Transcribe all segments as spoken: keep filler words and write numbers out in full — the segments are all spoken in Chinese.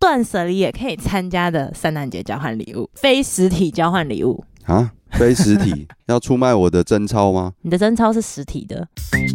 断舍离也可以参加的圣诞节交换礼物，非实体交换礼物啊？非实体要出卖我的真钞吗？ 你的真钞是实体的。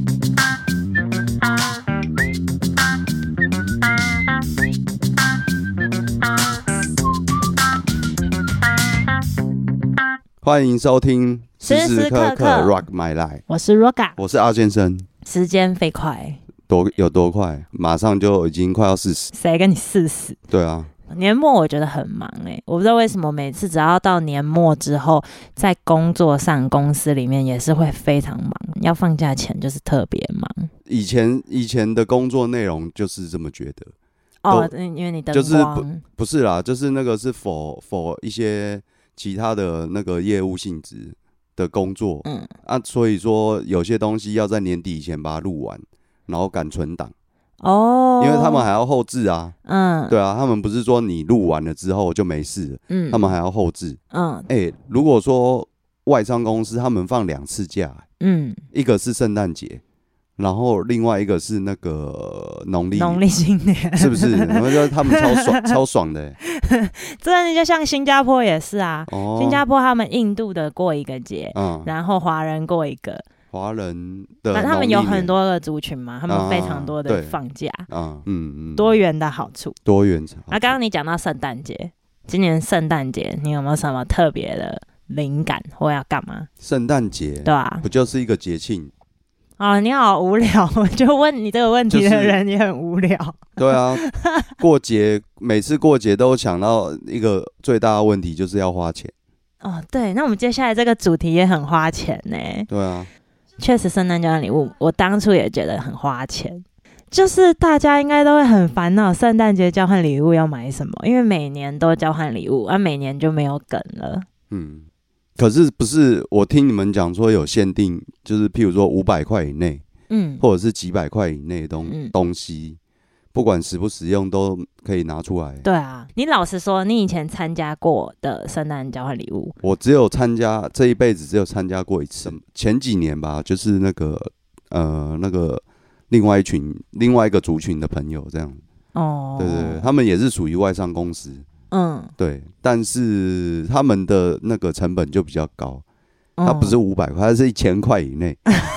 欢迎收听时时刻刻 Rock My Life， 我是 Roga， 我是阿先生。 时间飞快， 多有多快？马上就已经快要四十。 谁跟你四十？ 对啊， 年末我觉得很忙哎、欸，我不知道为什么每次只要到年末之后，在工作上公司里面也是会非常忙，要放假前就是特别忙。 以前以前的工作内容就是这么觉得。 哦，因为你灯光就是不不是啦，就是那个是 for for 一些其他的那个业务性质的工作，嗯啊，所以说有些东西要在年底以前把它录完，然后赶存档。哦，因为他们还要后制啊，嗯，对啊，他们不是说你录完了之后就没事了，嗯，他们还要后制，嗯，哎、欸，如果说外商公司他们放两次假，嗯，一个是圣诞节。然后另外一个是那个农历农历新年， 是不是？我觉得他们超爽超爽的、欸。 真的就像新加坡也是啊，哦、新加坡他们印度的过一个节，嗯、然后华人过一个。华人的他们有很多个族群嘛，他们非常多的放假，啊、嗯嗯，多元的好处， 多元。 那刚刚你讲到圣诞节，今年圣诞节你有没有什么特别的灵感或要干嘛？ 圣诞节对啊，不就是一个节庆？ 哦，你好无聊，我就问你这个问题的人也很无聊。 就是、对啊，过节每次过节都想到一个最大的问题，就是要花钱。 哦，对，那我们接下来这个主题也很花钱呢。 对啊， 确实，圣诞交换礼物，我当初也觉得很花钱。就是大家应该都会很烦恼，圣诞节交换礼物要买什么？因为每年都交换礼物，啊，每年就没有梗了。嗯。 可是不是我听你们讲说有限定，就是譬如说五百块以内，嗯，或者是几百块以内的东、嗯、东西，不管实不实用都可以拿出来。 对啊，你老实说，你以前参加过的圣诞交换礼物， 我只有参加这一辈子只有参加过一次，前几年吧，就是那个呃那个另外一群另外一个族群的朋友这样。哦，对对对，他们也是属于外商公司。嗯，对，但是他们的那个成本就比较高，嗯、它不是五百块，它是一千块以内。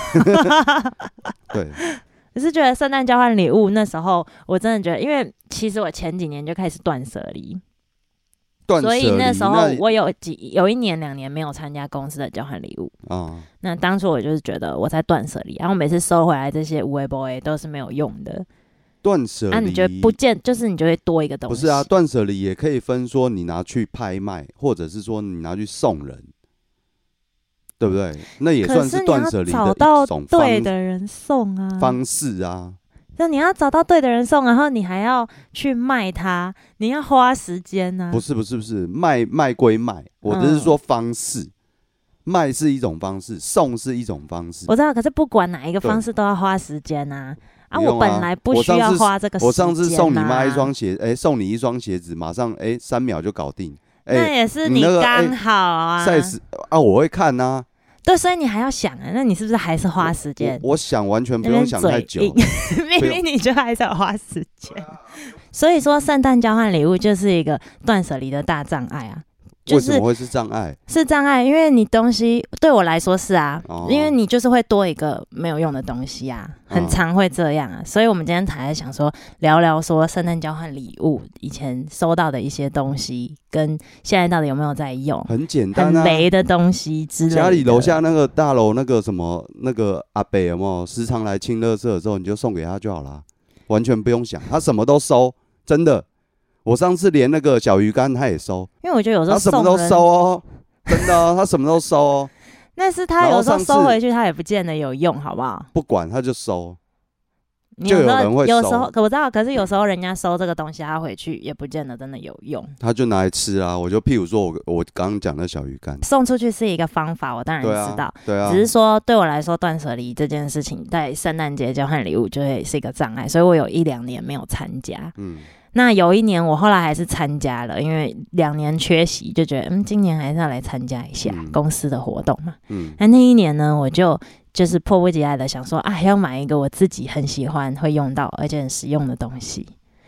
对， 我是觉得圣诞交换礼物那时候，我真的觉得，因为其实我前几年就开始断舍离，所以那时候我有几有一年两年没有参加公司的交换礼物啊。哦、那当初我就是觉得我在断舍离，然后每次收回来这些有的没的都是没有用的。 断舍离， 那、啊、你觉得不见，就是你就会多一个东西。 不是啊，断舍离也可以分说你拿去拍卖，或者是说你拿去送人，对不对？那也算是断舍离的一种方。 找到对的人送啊， 方式啊。 那你要找到对的人送，然后你还要去卖它，你要花时间啊。 不是不是不是，卖卖归卖，我只是说方式。嗯，卖是一种方式，送是一种方式。 我知道，可是不管哪一个方式都要花时间啊。啊，我本来不需要花这个时间、啊、 我上次送你妈一双鞋，哎、欸，送你一双鞋子，马上哎三、欸、秒就搞定。欸、 那也是你刚好啊。 size、欸、啊，我会看啊。 对，所以你还要想啊，那你是不是还是花时间？ 我, 我想完全不用想太久， 明明你就还是要花时间。所以说，圣诞交换礼物就是一个断舍离的大障碍啊。 就是、为什么会是障碍？ 是障碍，因为你东西对我来说是啊、哦，因为你就是会多一个没有用的东西啊，很常会这样啊。哦、所以我们今天才想说聊聊说圣诞交换礼物以前收到的一些东西，跟现在到底有没有在用？ 很简单啊， 很雷的东西之类的。 家里楼下那个大楼那个什么那个阿伯有没有时常来清垃圾的时候，你就送给他就好了，完全不用想，他什么都收，真的。我上次连那个小鱼干他也收， 因为我觉得有时候他什么都收哦，真的、哦，他什么都收哦。 但是他有时候收回去，他也不见得有用，好不好？ 不管他就收，就有人会收。 有时候我知道，可是有时候人家收这个东西，他回去也不见得真的有用。 他就拿来吃啊，我就譬如说我我刚刚讲的小鱼干， 送出去是一个方法，我当然知道， 对啊，对啊只是说对我来说，断舍离这件事情在圣诞节交换礼物就会是一个障碍，所以我有一两年没有参加。嗯。那有一年我后来还是参加了，因为两年缺席，就觉得嗯，今年还是要来参加一下公司的活动嘛。嗯，那那一年呢，我就就是迫不及待的想说，啊，要买一个我自己很喜欢、会用到而且很实用的东西。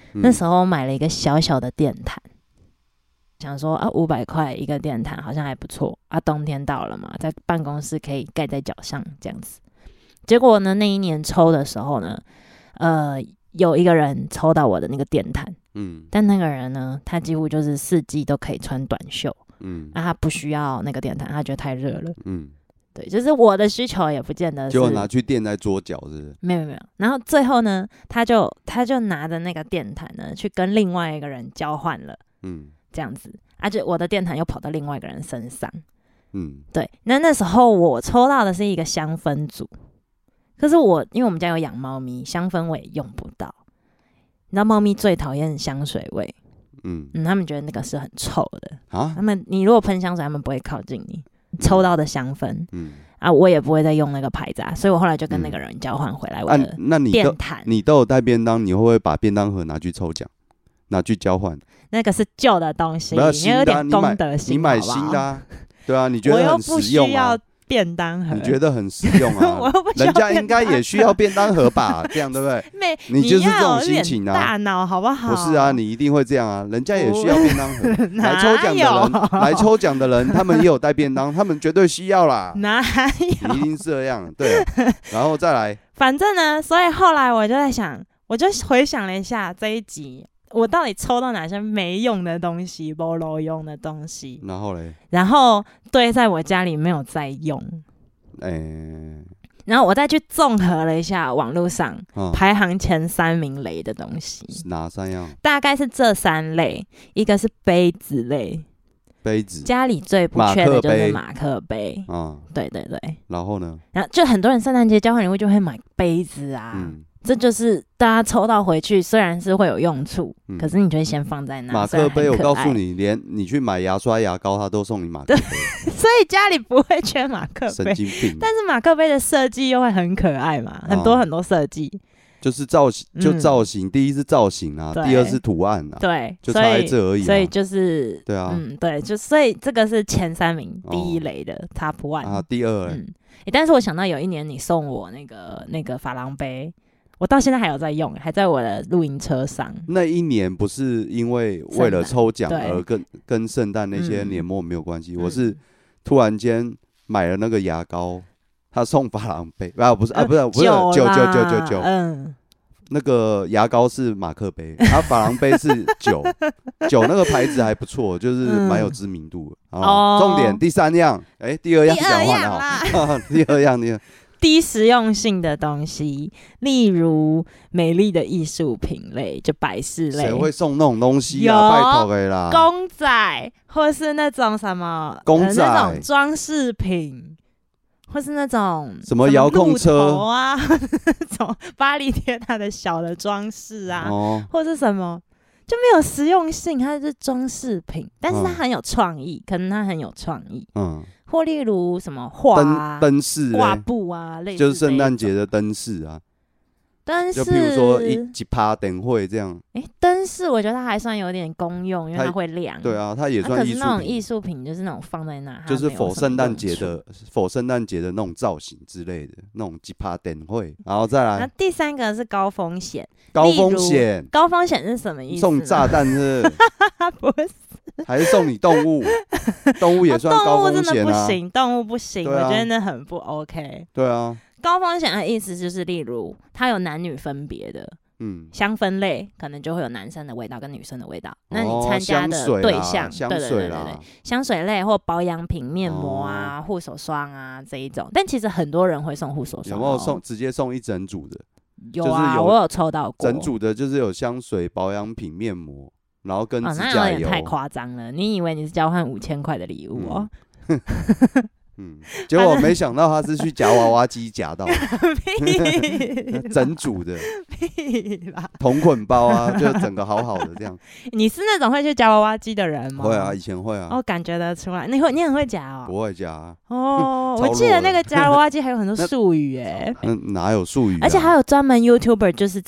嗯、那时候买了一个小小的电毯，想说啊，五百块一个电毯好像还不错啊。冬天到了嘛，在办公室可以盖在脚上这样子。结果呢，那一年抽的时候呢，呃，有一个人抽到我的那个电毯，嗯，但那个人呢，他几乎就是四季都可以穿短袖，嗯，那、啊、他不需要那个电毯，他觉得太热了，嗯。对，就是我的需求也不见得是， 就拿去垫在桌角，是不是？ 没有没有。然后最后呢，他就他就拿着那个电毯呢，去跟另外一个人交换了，嗯，这样子，而且我的电毯又跑到另外一个人身上，嗯，对。那那时候我抽到的是一个香氛组，可是我因为我们家有养猫咪，香氛我也用不到。你知道猫咪最讨厌香水味，嗯嗯，他们觉得那个是很臭的啊。他们你如果喷香水，他们不会靠近你。抽到的香氛，嗯啊，我也不会再用那个牌子啊，所以我后来就跟那个人交换回来我的电毯。 啊、你都有带便当，你会不会把便当盒拿去抽奖，拿去交换？ 那个是旧的东西，你有点公德心， 你买新的、啊，对啊，你觉得很实用啊？ 便当盒， 你觉得很实用啊？我不人家应该也需要便当盒吧？这样对不对？你就是这种心情啊， 大脑好不好？ 不是啊，你一定会这样啊，人家也需要便当盒。来抽奖的人，来抽奖的人，他们也有带便当，他们绝对需要啦。 哪有？ 一定是这样，对、啊。然后再来， 反正呢，所以后来我就在想，我就回想了一下这一集。我到底抽到哪些没用的东西，没路用的东西？ 然后嘞， 然后堆在我家里没有再用。欸、然后我再去综合了一下网络上、嗯、排行前三名雷的东西， 哪三样？ 大概是这三类，一个是杯子类， 杯子家里最不缺的就是马克杯。嗯，对对对。 然后呢？ 然后就很多人圣诞节交换礼物就会买杯子啊。嗯，这就是大家抽到回去，虽然是会有用处，嗯、可是你就会先放在那。 马克杯，我告诉你，连你去买牙刷、牙膏，他都送你马克杯， 所以家里不会缺马克杯。 神经病！ 但是马克杯的设计又会很可爱嘛，很多很多设计。 就是造型，就造型，嗯、第一是造型啊，第二是图案啊， 对， 就差在这而已、啊。 所以就是对啊， 嗯，对，就所以这个是前三名，第一类的 Top One 啊，第二、嗯欸，但是我想到有一年你送我那个那个珐琅杯。我到现在还有在用，还在我的露营车上。 那一年不是因为为了抽奖而跟跟圣诞那些年末没有关系、嗯，我是突然间买了那个牙膏，他送珐琅杯啊，不是啊，不是不是九九九九九，嗯，那个牙膏是马克杯，啊，珐琅杯是酒，酒那个牌子还不错，就是蛮有知名度的。嗯、哦，重点第三样，哎、欸，第二样讲完了哈，第二样你。 低实用性的东西，例如美丽的艺术品类，就摆饰类。 谁会送那种东西啊？拜托的啦， 公仔，或是那种什么公仔、呃、 那种装饰品，或是那种什么遥控车啊，那种巴黎铁塔的小的装饰啊、哦，或是什么就没有实用性，它是装饰品，但是它很有创意、嗯，可能它很有创意，嗯。或例如什么画啊、 灯饰、 挂布啊，类似就是圣诞节的灯饰啊。 灯饰， 就譬如说一一趴灯会这样。 哎、欸，灯饰我觉得它还算有点功用，因为它会亮。 对啊，它也算艺术品。 可是那种艺术品就是那种放在那， 就是否圣诞节的否圣诞节的那种造型之类的那种一趴灯会，然后再来。 那第三个是高风险。 高风险。 高风险是什么意思？ 送炸弹是不是？ 不是。 还是送你动物，动物也算高风险啊。 动物真的不行，动物不行，啊、我觉得那很不 OK。 对啊， 高风险的意思就是，例如它有男女分别的，嗯，香氛类可能就会有男生的味道跟女生的味道。哦、那你参加的对象， 香对对对对对，香水类或保养品、面膜啊、护、哦、手霜啊这一种。但其实很多人会送护手霜、哦， 有没有送直接送一整组的？ 有啊， 就是、有我有抽到过。 整组的就是有香水、保养品、面膜。然后跟指甲油，哦、 那有点太夸张了。你以为你是交换五千块的礼物哦？ 嗯，嗯结果我没想到他是去夹娃娃机夹到整组的同捆包啊，就整个好好的这样。 你是那种会去夹娃娃机的人吗？ 会啊，以前会啊。 哦，感觉得出来，你会，你很会夹哦。 不会夹、啊。 哦，我记得那个夹娃娃机还有很多术语哎。 嗯，哪有术语、啊？ 而且还有专门 YouTuber 就是在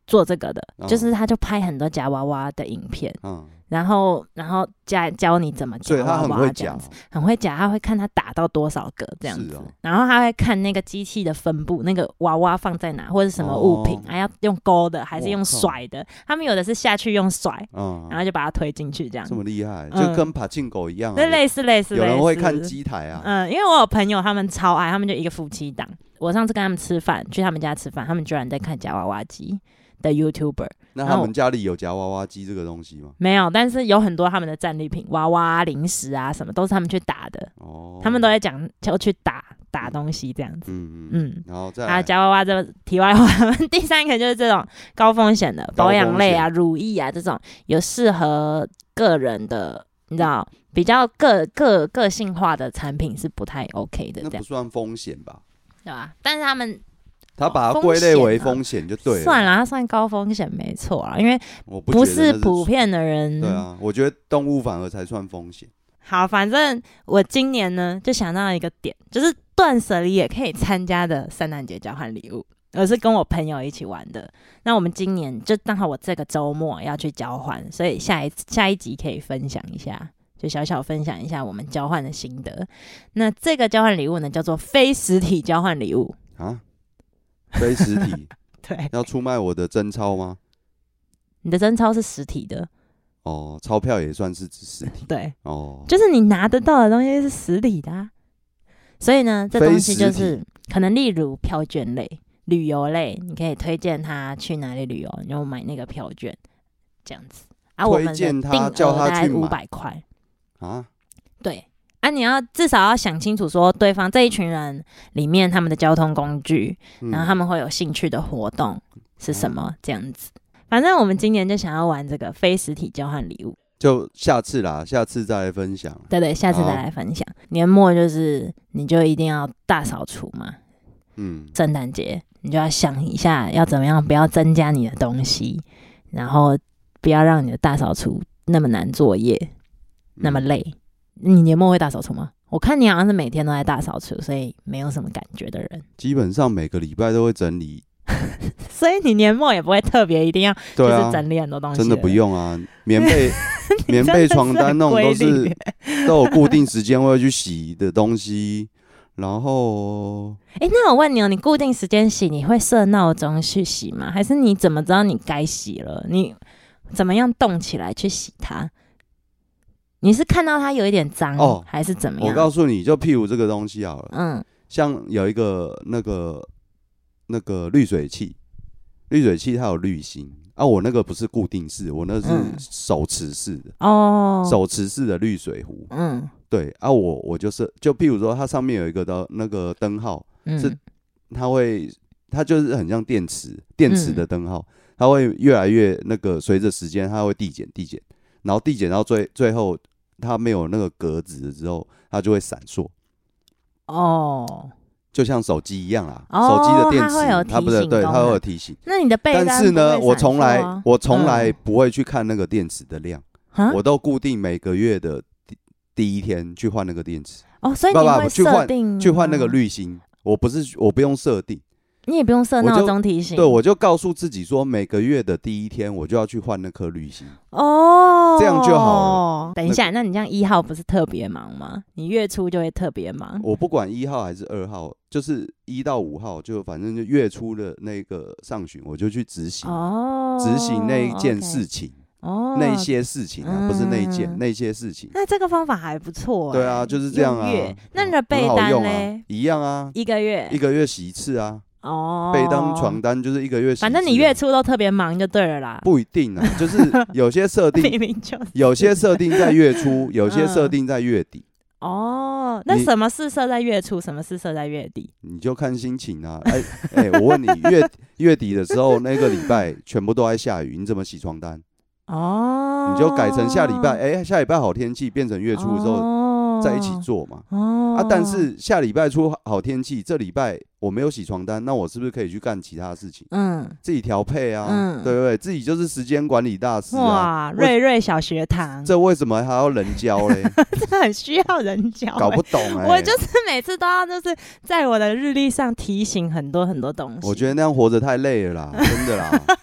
做这个的，嗯、就是他就拍很多夹娃娃的影片，嗯，然后然后教教你怎么夹娃娃这样子，很会夹，他会看他打到多少个这样子，哦、然后他会看那个机器的分布，那个娃娃放在哪或者什么物品，还、哦、要用勾的还是用甩的，他们有的是下去用甩，嗯，然后就把它推进去这样， 这么厉害，就跟爬进狗一样、啊， 对、嗯，类似类似， 有人会看机台啊， 嗯，因为我有朋友他们超爱，他们就一个夫妻档，我上次跟他们吃饭，去他们家吃饭，他们居然在看夹娃娃机的 YouTuber， 那他们家里有夹娃娃机这个东西吗？ 没有，但是有很多他们的战利品，娃娃、零食啊什么，都是他们去打的。哦，他们都在讲就去打打东西这样子。嗯嗯嗯。然后再来夹娃娃这题外话，第三个就是这种高风险的保养类啊、乳液啊这种有适合个人的，你知道比较个个个性化的产品是不太 OK 的。这样那不算风险吧？ 对吧？但是他们。 他把它归类为风险就对了， 算了，他算高风险没错啦，因为不是普遍的人。 对啊，我觉得动物反而才算风险。 好，反正我今年呢就想到一个点，就是断舍离也可以参加的圣诞节交换礼物，我是跟我朋友一起玩的。那我们今年就刚好我这个周末要去交换，所以下一下一集可以分享一下。就小小分享一下我们交换的心得。那这个交换礼物呢，叫做非实体交换礼物啊。 非实体， 对， 要出卖我的真钞吗？ 你的真钞是实体的哦，钞票也算是实体， 对，哦，就是你拿得到的东西是实体的、啊，所以呢，这东西就是可能例如票券类、旅游类，你可以推荐他去哪里旅游，然后买那个票券，这样子啊，我们的定额大概五百块啊，对。啊，你要至少要想清楚，说对方这一群人里面他们的交通工具，嗯、然后他们会有兴趣的活动是什么，这样子。反正我们今年就想要玩这个非实体交换礼物， 就下次啦，下次再来分享。 对对，下次再来分享。年末就是你就一定要大扫除嘛，嗯，圣诞节你就要想一下要怎么样，不要增加你的东西，然后不要让你的大扫除那么难作业，嗯、那么累。你年末会大扫除吗？我看你好像是每天都在大扫除，所以没有什么感觉的人。 基本上每个礼拜都会整理， 所以你年末也不会特别一定要就是整理很多东西。 真的不用啊，棉被、棉被、床单那种都是都有固定时间会去洗的东西。然后， 哎、欸，那我问你哦，你固定时间洗，你会设闹钟去洗吗？还是你怎么知道你该洗了？你怎么样动起来去洗它？你是看到它有一点脏、哦、还是怎么样？ 我告诉你，就譬如这个东西好了，嗯，像有一个那个那个滤水器，滤水器它有滤芯啊，我那个不是固定式，我那是手持式的、嗯、哦，手持式的滤水壶，嗯，对啊我，我就是就譬如说它上面有一个的那个灯号、嗯、是它会它就是很像电池电池的灯号、嗯，它会越来越那个随着时间它会递减递减。然后递减到最最后，它没有那个格子之后，它就会闪烁。哦，就像手机一样啦，哦、手机的电池它会有提醒，它不是对，它会有提醒。 那你的背单不会闪烁啊？ 但是呢，我从来我从来不会去看那个电池的量，嗯、我都固定每个月的第第一天去换那个电池。 哦，所以你会设定去换那个滤芯，我不是我不用设定。 你也不用设闹钟提醒， 对，我就告诉自己说，每个月的第一天我就要去换那颗滤芯哦，这样就好了。 等一下，那你这样一号不是特别忙吗？你月初就会特别忙。 我不管一号还是二号，就是一到五号，就反正就月初的那个上旬，我就去执行，哦，执行那一件事情。哦，那些事情啊，嗯、不是那一件，那些事情。 那这个方法还不错、欸。 对啊，就是这样啊。 那你的被单呢、 啊？一样啊， 一个月一个月洗一次啊。哦，被单床单就是一个月洗一次、啊， 反正你月初都特别忙就对了啦。 不一定啊，就是有些设定， 明明就是、 有些设定在月初，有些设定在月底。 嗯、哦，那什么是设在月初，什么是设在月底？ 你就看心情啊。哎哎、欸，我问你，月月底的时候那个礼拜全部都在下雨，你怎么洗床单？哦，你就改成下礼拜，哎、欸，下礼拜好天气，变成月初的时候在一起做嘛。哦，啊，但是下礼拜出好天气，这礼拜我没有洗床单，那我是不是可以去干其他事情？嗯，自己调配啊，嗯，对不对？自己就是时间管理大师啊。 哇，瑞瑞小学堂， 这为什么还要人教嘞？ 这很需要人教、欸， 搞不懂哎、欸。 我就是每次都要就是在我的日历上提醒很多很多东西。 我觉得那样活着太累了啦，真的啦。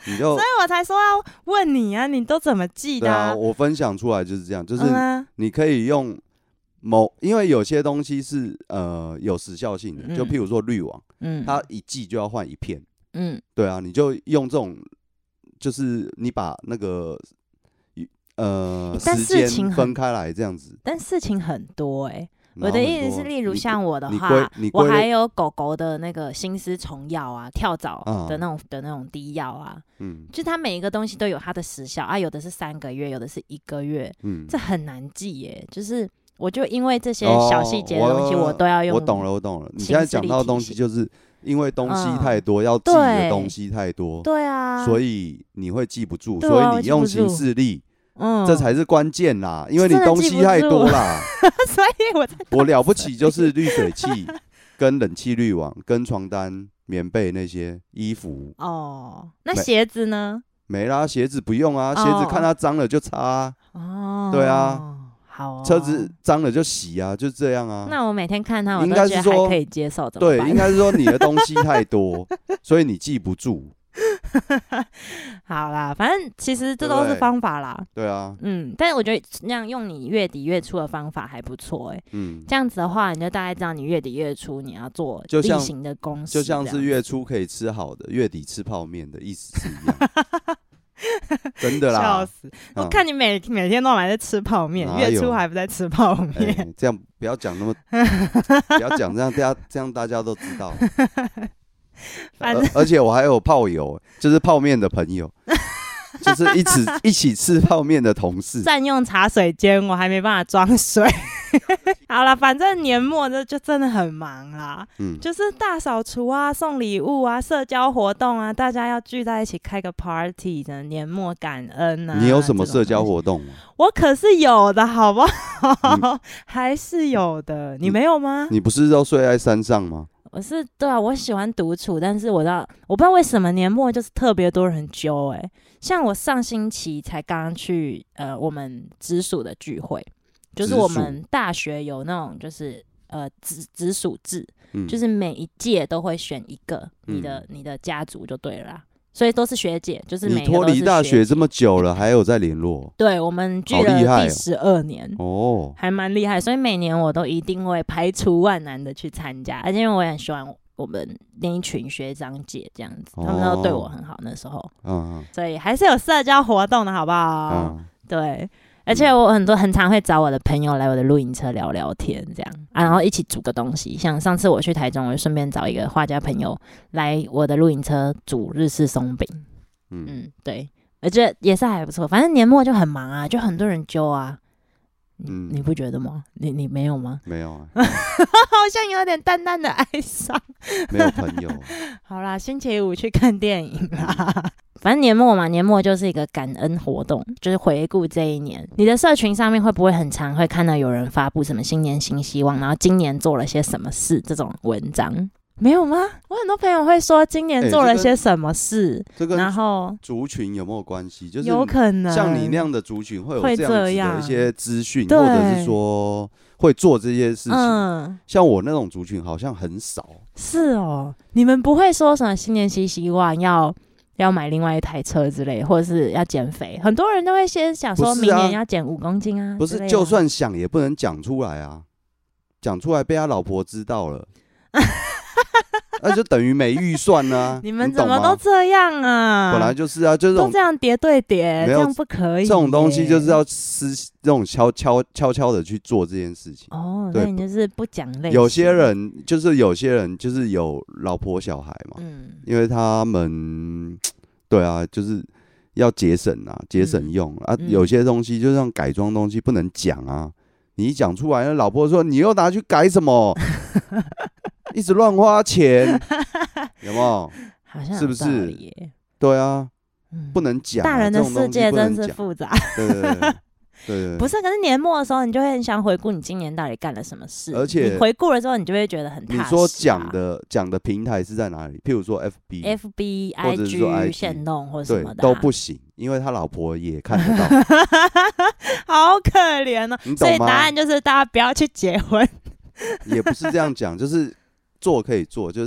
你就， 所以我才说要问你啊，你都怎么记的、啊？ 对啊，我分享出来就是这样，就是你可以用某，因为有些东西是呃有时效性的，嗯、就譬如说滤网，嗯，它一季就要换一片，嗯，对啊，你就用这种，就是你把那个呃时间分开来这样子， 但事情很多哎、欸。我的意思是，例如像我的话，我还有狗狗的那个心丝虫药啊、跳蚤的那种、嗯、的那种滴药啊，嗯，就它每一个东西都有它的时效啊，有的是三个月，有的是一个月，嗯，这很难记耶。就是我就因为这些小细节的东西，哦、我都要用。 我懂了，我懂了。你现在讲到的东西，就是因为东西太多，嗯、要记的东西太多， 对啊， 所以你会记不住，所以你用行事历。嗯，这才是关键啦，因为你东西太多啦， 所以我才我了不起就是滤水器、跟冷气滤网、跟床单、棉被那些衣服。 哦，那鞋子呢？ 没啦，鞋子不用啊，哦、鞋子看它脏了就擦、啊。哦，对啊， 好、哦， 车子脏了就洗啊，就这样啊。 那我每天看它，我都觉得还可以接受， 对，应该是说你的东西太多，所以你记不住。 好啦，反正其实这都是方法啦。 对啊， 嗯，但是我觉得那样用你月底月初的方法还不错哎、欸。嗯，这样子的话，你就大概知道你月底月初你要做例行的公式， 就像是月初可以吃好的，月底吃泡面的意思是一样。真的啦， 笑死！我看你每每天都还在吃泡面，月初还不在吃泡面。 欸、这样不要讲那么，不要讲这样，大家这样大家都知道。而, 而且我还有炮友，就是泡面的朋友，就是一起一起吃泡面的同事。 占用茶水间，我还没办法装水。好啦，反正年末这就真的很忙啦，嗯，就是大扫除啊、送礼物啊、社交活动啊，大家要聚在一起开个 party 的年末感恩啊。 你有什么社交活动吗？ 我可是有的，好不好？嗯、还是有的，你没有吗？ 你不是都睡在山上吗？ 我是对啊，我喜欢独处，但是我知道我不知道为什么年末就是特别多人揪哎、欸，像我上星期才刚刚去呃我们直属的聚会，就是我们大学有那种就是呃直直属制、嗯，就是每一届都会选一个你的、嗯、你的家族就对了啦。所以都是学姐，就是每个都是学姐。你脱离大学这么久了，还有在联络？ 对，我们聚了第十二年哦，还蛮厉害。所以每年我都一定会排除万难的去参加，而且因为我也很喜欢我们那一群学长姐这样子，哦、他们都对我很好那时候，嗯嗯，所以还是有社交活动的好不好？嗯、对。而且我很多很常会找我的朋友来我的露营车聊聊天，这样啊，然后一起煮个东西。像上次我去台中，我就顺便找一个画家朋友来我的露营车煮日式松饼。嗯嗯，对，我觉得也是还不错。反正年末就很忙啊，就很多人揪啊。嗯，你不觉得吗？你你没有吗？ 没有啊， 好像有点淡淡的哀伤。 没有朋友。 好啦，星期五去看电影啦。反正年末嘛，年末就是一个感恩活动，就是回顾这一年。你的社群上面会不会很常会看到有人发布什么新年新希望，然后今年做了些什么事这种文章？没有吗？我很多朋友会说今年做了些什么事， 欸、这个然后族群有没有关系？就是有可能像你那样的族群会有这样子的一些资讯，或者是说会做这些事情、嗯。像我那种族群好像很少。 是哦，你们不会说什么新年新希望要要买另外一台车之类，或者是要减肥？很多人都会先想说明年要减五公斤啊。 不是，就算想也不能讲出来啊，讲出来被他老婆知道了。那就等于没预算啊！ 你们怎么都这样啊？ 本来就是啊，就是都这样叠对叠，这样不可以。 这种东西就是要私这种悄悄悄悄的去做这件事情。 哦，那你就是不讲类。 有些人就是有些人就是有老婆小孩嘛，嗯，因为他们对啊，就是要节省啊，节省用、嗯、啊、嗯。有些东西就像改装东西不能讲啊，你一讲出来，那老婆说你又拿去改什么？一直乱花钱，有没有？ 好像是不是？对啊，嗯、不能讲、啊。 大人的世界真是复杂。 对对 对, 對, 對不是，可是年末的时候，你就会很想回顾你今年到底干了什么事。 而且你回顾了之后，你就会觉得很踏实、啊。 你说讲的讲的平台是在哪里？譬如说 F B、 F B、I G、限动或什么的、啊， 都不行，因为他老婆也看得到。 好可怜哦！所以答案就是大家不要去结婚。 也不是这样讲，就是。做可以做，就是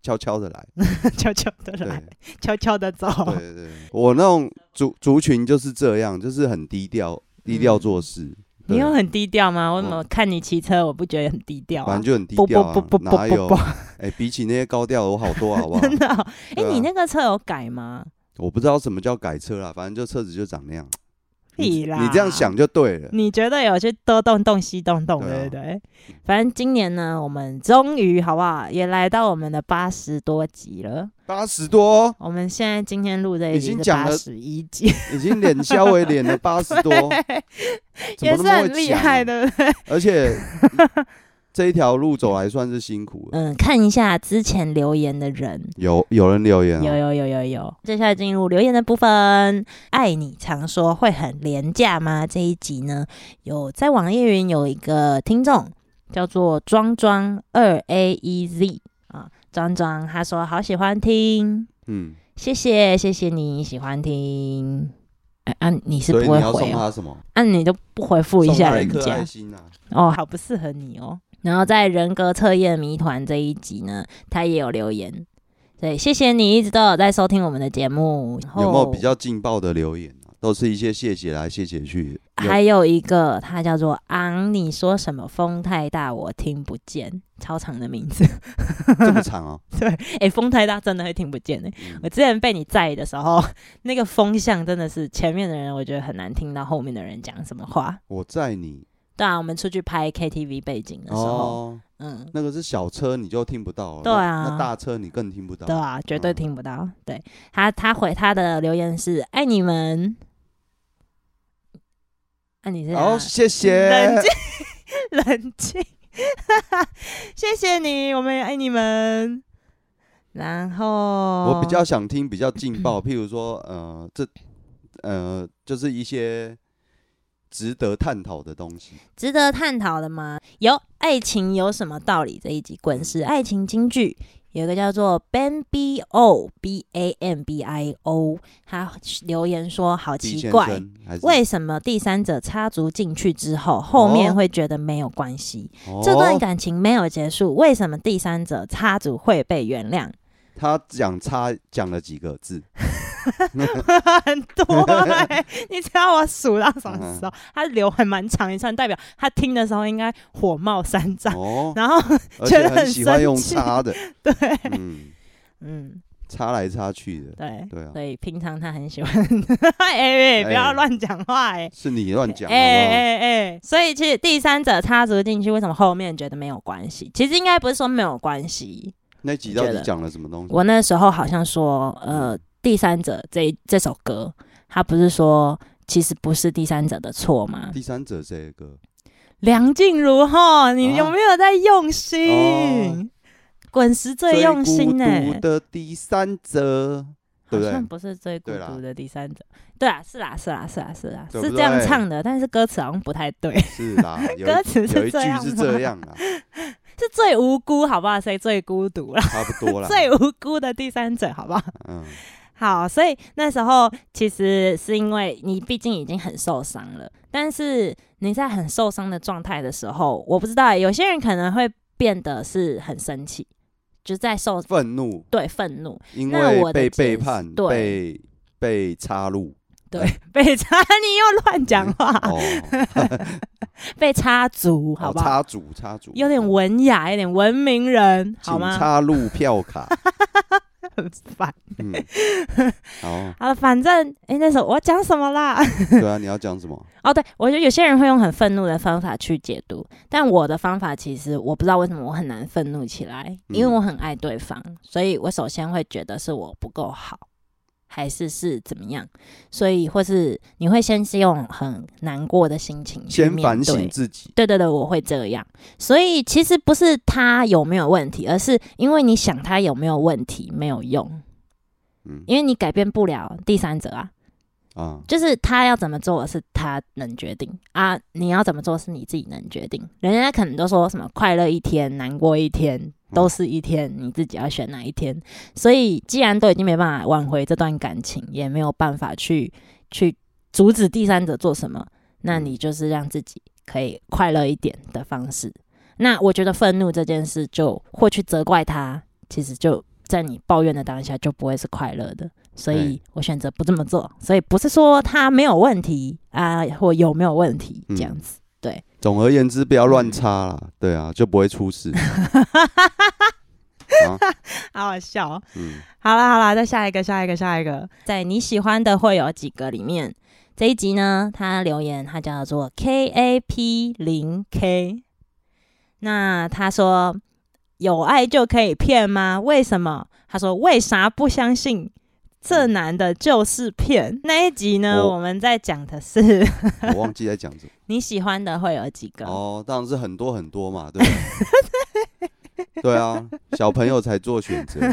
悄悄的来， 悄悄的来，悄悄的走。 对对，我那种族族群就是这样，就是很低调，低调做事。嗯， 你有很低调吗？我怎么看你骑车，我不觉得很低调啊？ 反正就很低调啊，哪有？哎，比起那些高调的我好多，好不好？ 真的？哎，你那个车有改吗？ 我不知道什么叫改车啦，反正就车子就长那样。 你啦， 你这样想就对了。 你觉得有去东动动西动动，对不对？反正今年呢，我们终于好不好，也来到我们的八十多集了。 八十多？ 我们现在今天录这一集是八十一集， 已经脸稍微脸了八十多， 也是很厉害，对不对？ 而且这一条路走来算是辛苦了。 嗯，看一下之前留言的人， 有有人留言、哦， 有有有有有。接下来进入留言的部分。爱你常说会很廉价吗？这一集呢，有在网页云有一个听众叫做庄庄二 A E Z 啊，庄庄他说好喜欢听，嗯，谢谢谢谢你喜欢听。啊啊，你是不会回、哦、所以你要送他什么？啊，你都不回复一下人家？送他一颗爱心啊。哦，好不适合你哦。然后在人格测验谜团这一集呢，他也有留言，对，谢谢你一直都有在收听我们的节目。 有没有比较劲爆的留言、啊、都是一些谢谢来谢谢去。 还有一个他叫做昂，你说什么风太大我听不见，超长的名字。 这么长哦？ 对，哎、欸，风太大真的会听不见哎、欸嗯。我之前被你载的时候，那个风向真的是前面的人我觉得很难听到后面的人讲什么话。 我载你。 对啊，我们出去拍 K T V 背景的时候，哦、嗯， 那个是小车你就听不到了， 对啊， 那大车你更听不到， 对啊，绝对听不到。嗯、对他，他回他的留言是爱你们，啊，你是好、哦，谢谢， 冷静，冷静，谢谢你，我们也爱你们。然后我比较想听比较劲爆，譬如说，呃，这呃，就是一些。值得探讨的东西， 值得探讨的吗？有爱情有什么道理？这一集滚石爱情金句，有一个叫做 Ben Bo B A M B I O， 他留言说好奇怪，为什么第三者插足进去之后，后面会觉得没有关系、哦？这段感情没有结束，为什么第三者插足会被原谅？ 他讲插讲了几个字？ 很多哎、欸，你知道我数到什么时候？他留还蛮长一串，代表他听的时候应该火冒三丈，哦、然后觉得很生气，而且很喜欢用插的， 对，嗯嗯， 插来插去的， 对对啊， 所以平常他很喜欢，哎哎、欸，不要乱讲话哎、欸， 是你乱讲， 哎哎哎，所以其实第三者插足进去，为什么后面觉得没有关系？其实应该不是说没有关系。 那集到底讲了什么东西？ 我那时候好像说，呃。第三者 这, 这首歌，他不是说其实不是第三者的错吗？ 第三者这个歌， 梁静茹哈，你有没有在用心？滚、啊、石最用心呢、欸。 最孤独的第三者，对不对？ 好像不是最孤独的第三者。对啊，是啦，是啦，是啦，是啦，是这样唱的，但是歌词好像不太对。 是啦， 歌词是这样，有一句是这样啦。 是最无辜，好不好？谁最孤独啦？ 差不多啦。 最无辜的第三者，好不好？嗯。好，所以那时候其实是因为你毕竟已经很受伤了，但是你在很受伤的状态的时候，我不知道，有些人可能会变得是很生气，就是在受愤怒， 对，愤怒， 因为被背叛，被被插入， 对，被插，你又乱讲话，哦、被插足，好不好？ 插足，插足， 有点文雅，有点文明人，好吗？ 请插入票卡。 很烦、欸嗯，好， 好了，反正哎、欸，那时候我要讲什么啦？ 对啊，你要讲什么？ 哦，对，我觉得有些人会用很愤怒的方法去解读，但我的方法其实我不知道为什么我很难愤怒起来，因为我很爱对方，嗯、所以我首先会觉得是我不够好，还是是怎么样，所以或是你会先是用很难过的心情去面对， 先反省自己。 对对对，我会这样。所以其实不是他有没有问题，而是因为你想他有没有问题没有用，嗯，因为你改变不了第三者啊。啊，就是他要怎么做是他能决定啊，你要怎么做是你自己能决定。人家可能都说什么快乐一天难过一天都是一天、嗯、你自己要选哪一天。所以既然都已经没办法挽回这段感情，也没有办法去去阻止第三者做什么，那你就是让自己可以快乐一点的方式。那我觉得愤怒这件事就或去责怪他，其实就在你抱怨的当下就不会是快乐的，所以我选择不这么做。所以不是说他没有问题啊，或有没有问题这样子。嗯、对， 总而言之，不要乱插啦，对啊，就不会出事。 啊、好好笑、哦。嗯，好啦好啦，再下一个，下一个，下一个，在你喜欢的会有几个里面，这一集呢，他留言他叫做 K A P 零 K， 那他说有爱就可以骗吗？为什么？他说为啥不相信？这男的就是骗。那一集呢，我, 我们在讲的是我忘记在讲什么。 你喜欢的会有几个？ 哦，当然是很多很多嘛，对不对？对啊，小朋友才做选择。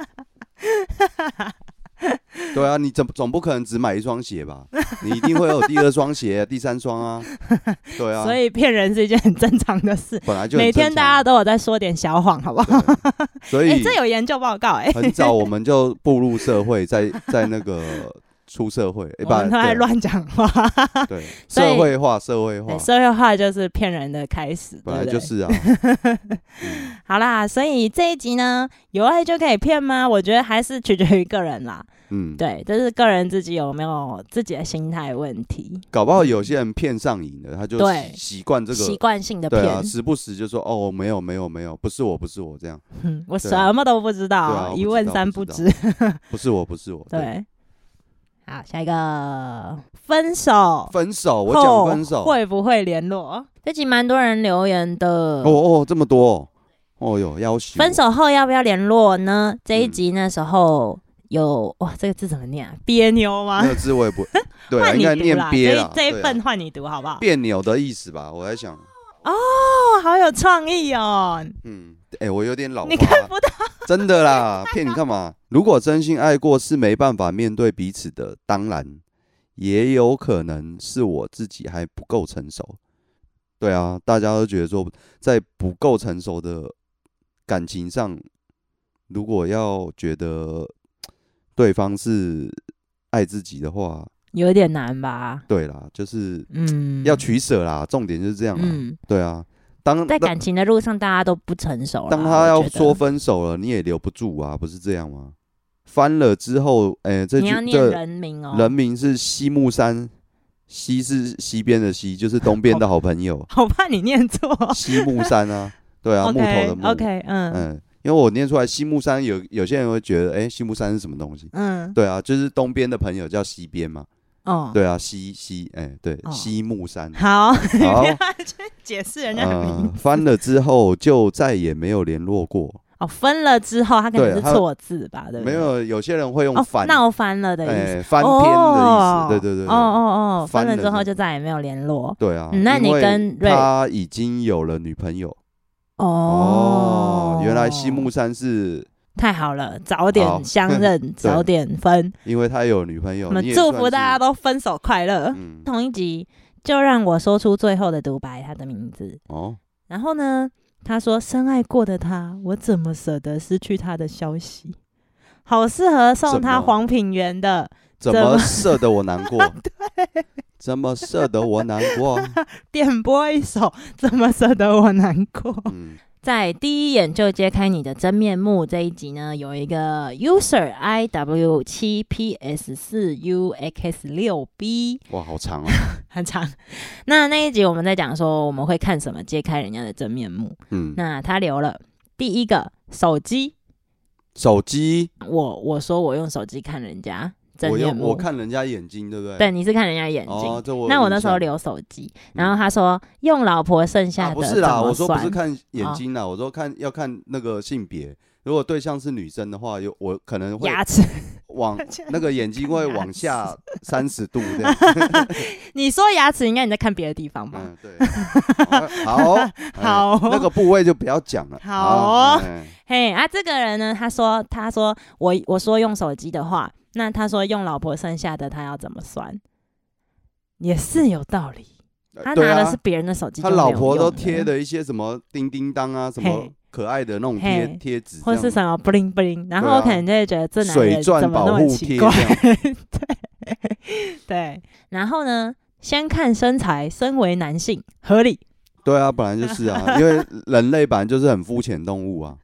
对啊，你总总不可能只买一双鞋吧？你一定会有第二双鞋、第三双啊。对啊， 所以骗人是一件很正常的事。 本来就每天大家都有在说点小谎，好不好？ 所以、 欸、这有研究报告哎、欸。 很早我们就步入社会，在在那个。出社会，欸、 我们都在乱讲话。 对，社会化，社会化， 社会化就是骗人的开始， 本来就是啊。 嗯、好啦，所以这一集呢，有爱就可以骗吗？我觉得还是取决于个人啦。嗯，对，这是个人自己有没有自己的心态问题。 搞不好有些人骗上瘾了，他就习惯这个习惯性的骗， 对啊，时不时就说哦，没有没有没有，不是我不是我这样。 嗯，我什么都不知道，啊、一问三不知。 不是我不是我， 对。对好，下一个分手。 分手，我讲分手会不会联络？这集蛮多人留言的。 哦哦，这么多，哦哟，要求。 分手后要不要联络呢？这一集那时候有、嗯、哇，这个字怎么念啊？别扭吗？ 那个字我也不对啊，应该念憋啦。 这一份换你读好不好？ 别扭的意思吧，我在想。 哦，好有创意哦。 嗯，哎、欸，我有点老花， 你看不到， 真的啦，骗你干嘛？如果真心爱过是没办法面对彼此的，当然也有可能是我自己还不够成熟。对啊，大家都觉得说，在不够成熟的感情上，如果要觉得对方是爱自己的话， 有点难吧？ 对啦，就是嗯，要取舍啦，重点就是这样啦。嗯，对啊。当在感情的路上，大家都不成熟了。 当他要说分手了，你也留不住啊，不是这样吗？翻了之后，哎、欸，这你要念人名哦。 人名是西木山，西是西边的西，就是东边的好朋友。 好怕你念错。 西木山啊，对啊， okay, 木头的木。 OK， 嗯嗯，因为我念出来西木山有，有有些人会觉得，哎、欸，西木山是什么东西？嗯，对啊，就是东边的朋友叫西边嘛。哦，对啊，西西，哎、欸，对，哦、西木山。 好，你不要去解释人家的名字、 呃。翻了之后就再也没有联络过。 哦，分了之后，他可能是错字吧，对不对？ 没有，有些人会用翻， 闹、哦、翻了的意思， 欸、翻篇的意思，哦、对对对。 哦哦哦，分了之后就再也没有联络。 对啊、 嗯，那你跟瑞他已经有了女朋友。哦, 哦，原来西木山是。 太好了，早点相认，早点分， 因为他有女朋友。 我们祝福大家都分手快乐。嗯、同一集就让我说出最后的独白，他的名字。哦，然后呢，他说深爱过的他，我怎么舍得失去他的消息？好适合送他黄品源的。 怎么舍得我难过？对，怎么舍得我难过？ 点播一首，怎么舍得我难过？嗯。在第一眼就揭开你的真面目这一集呢，有一个 user I W 七 P S 四 U X 六 B， 哇，好长啊， 很长。那那一集我们在讲说我们会看什么揭开人家的真面目。嗯，那他留了第一个手机， 手机， 我我说我用手机看人家。 我用我看人家眼睛，对不对？ 对，你是看人家眼睛。哦、我那我那时候留手机，然后他说用老婆剩下的、啊、 不是啦，我说不是看眼睛啦，哦、我说看要看那个性别。如果对象是女生的话，有我可能会牙齿往那个眼睛会往下三十度这样。 你说牙齿，应该你在看别的地方吧？ 嗯，对。好，好、欸，那个部位就不要讲了。 好、哦，嘿、欸 hey, 啊，这个人呢，他说他说我我说用手机的话。那他说用老婆剩下的他要怎么算？也是有道理。他拿的是别人的手机， 他老婆都贴的一些什么叮叮当啊，什么可爱的那种贴贴纸， 或是什么 bling bling， 然后我可能就会觉得这男人怎么那么奇怪？对对。然后呢，先看身材，身为男性合理。 对啊，本来就是啊，因为人类本来就是很肤浅动物啊。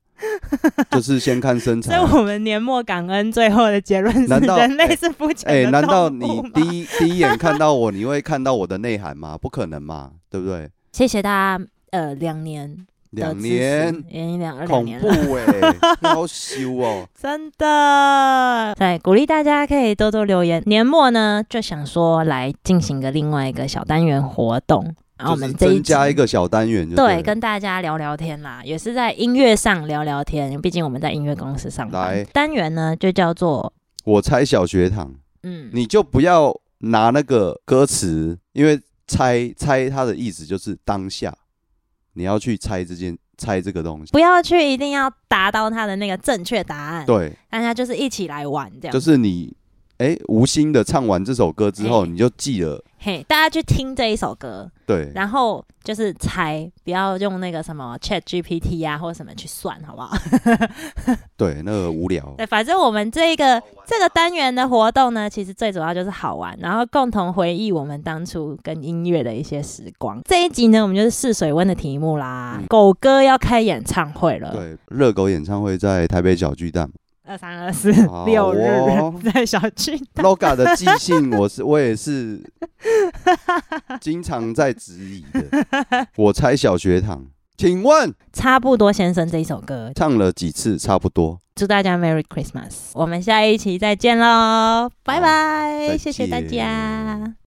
就是先看身材、 啊。所以我们年末感恩最后的结论是人类是肤浅的动物。哎、欸， 难道你第一第一眼看到我，你会看到我的内涵吗？不可能嘛，对不对？ 谢谢大家，呃，两年。 两年， 两恐怖哎、欸，好羞哦！ 真的，对，鼓励大家可以多多留言。年末呢，就想说来进行个另外一个小单元活动，然后我们这一增加一个小单元就对, 对，跟大家聊聊天啦，也是在音乐上聊聊天，毕竟我们在音乐公司上班。单元呢就叫做我猜小学堂，嗯，你就不要拿那个歌词，因为猜猜它的意思就是当下。你要去猜这件猜这个东西， 不要去一定要达到他的那个正确答案。 对， 大家就是一起来玩这样。 就是你哎无心的唱完这首歌之后，你就记了。 嘿，大家去听这一首歌， 对， 然后就是猜，不要用那个什么 Chat G P T 啊或者什么去算，好不好？ 对，那个无聊。 对，反正我们这个这个单元的活动呢，其实最主要就是好玩，然后共同回忆我们当初跟音乐的一些时光。这一集呢，我们就是试水温的题目啦。嗯、狗哥要开演唱会了， 对，热狗演唱会在台北小巨蛋。 二三二四六日在小巨蛋。 Loga 的记性，我是我也是经常在质疑的。我猜小学堂，请问差不多先生这一首歌唱了几次？差不多。 祝大家 Merry Christmas， 我们下一期再见喽，拜拜，谢谢大家。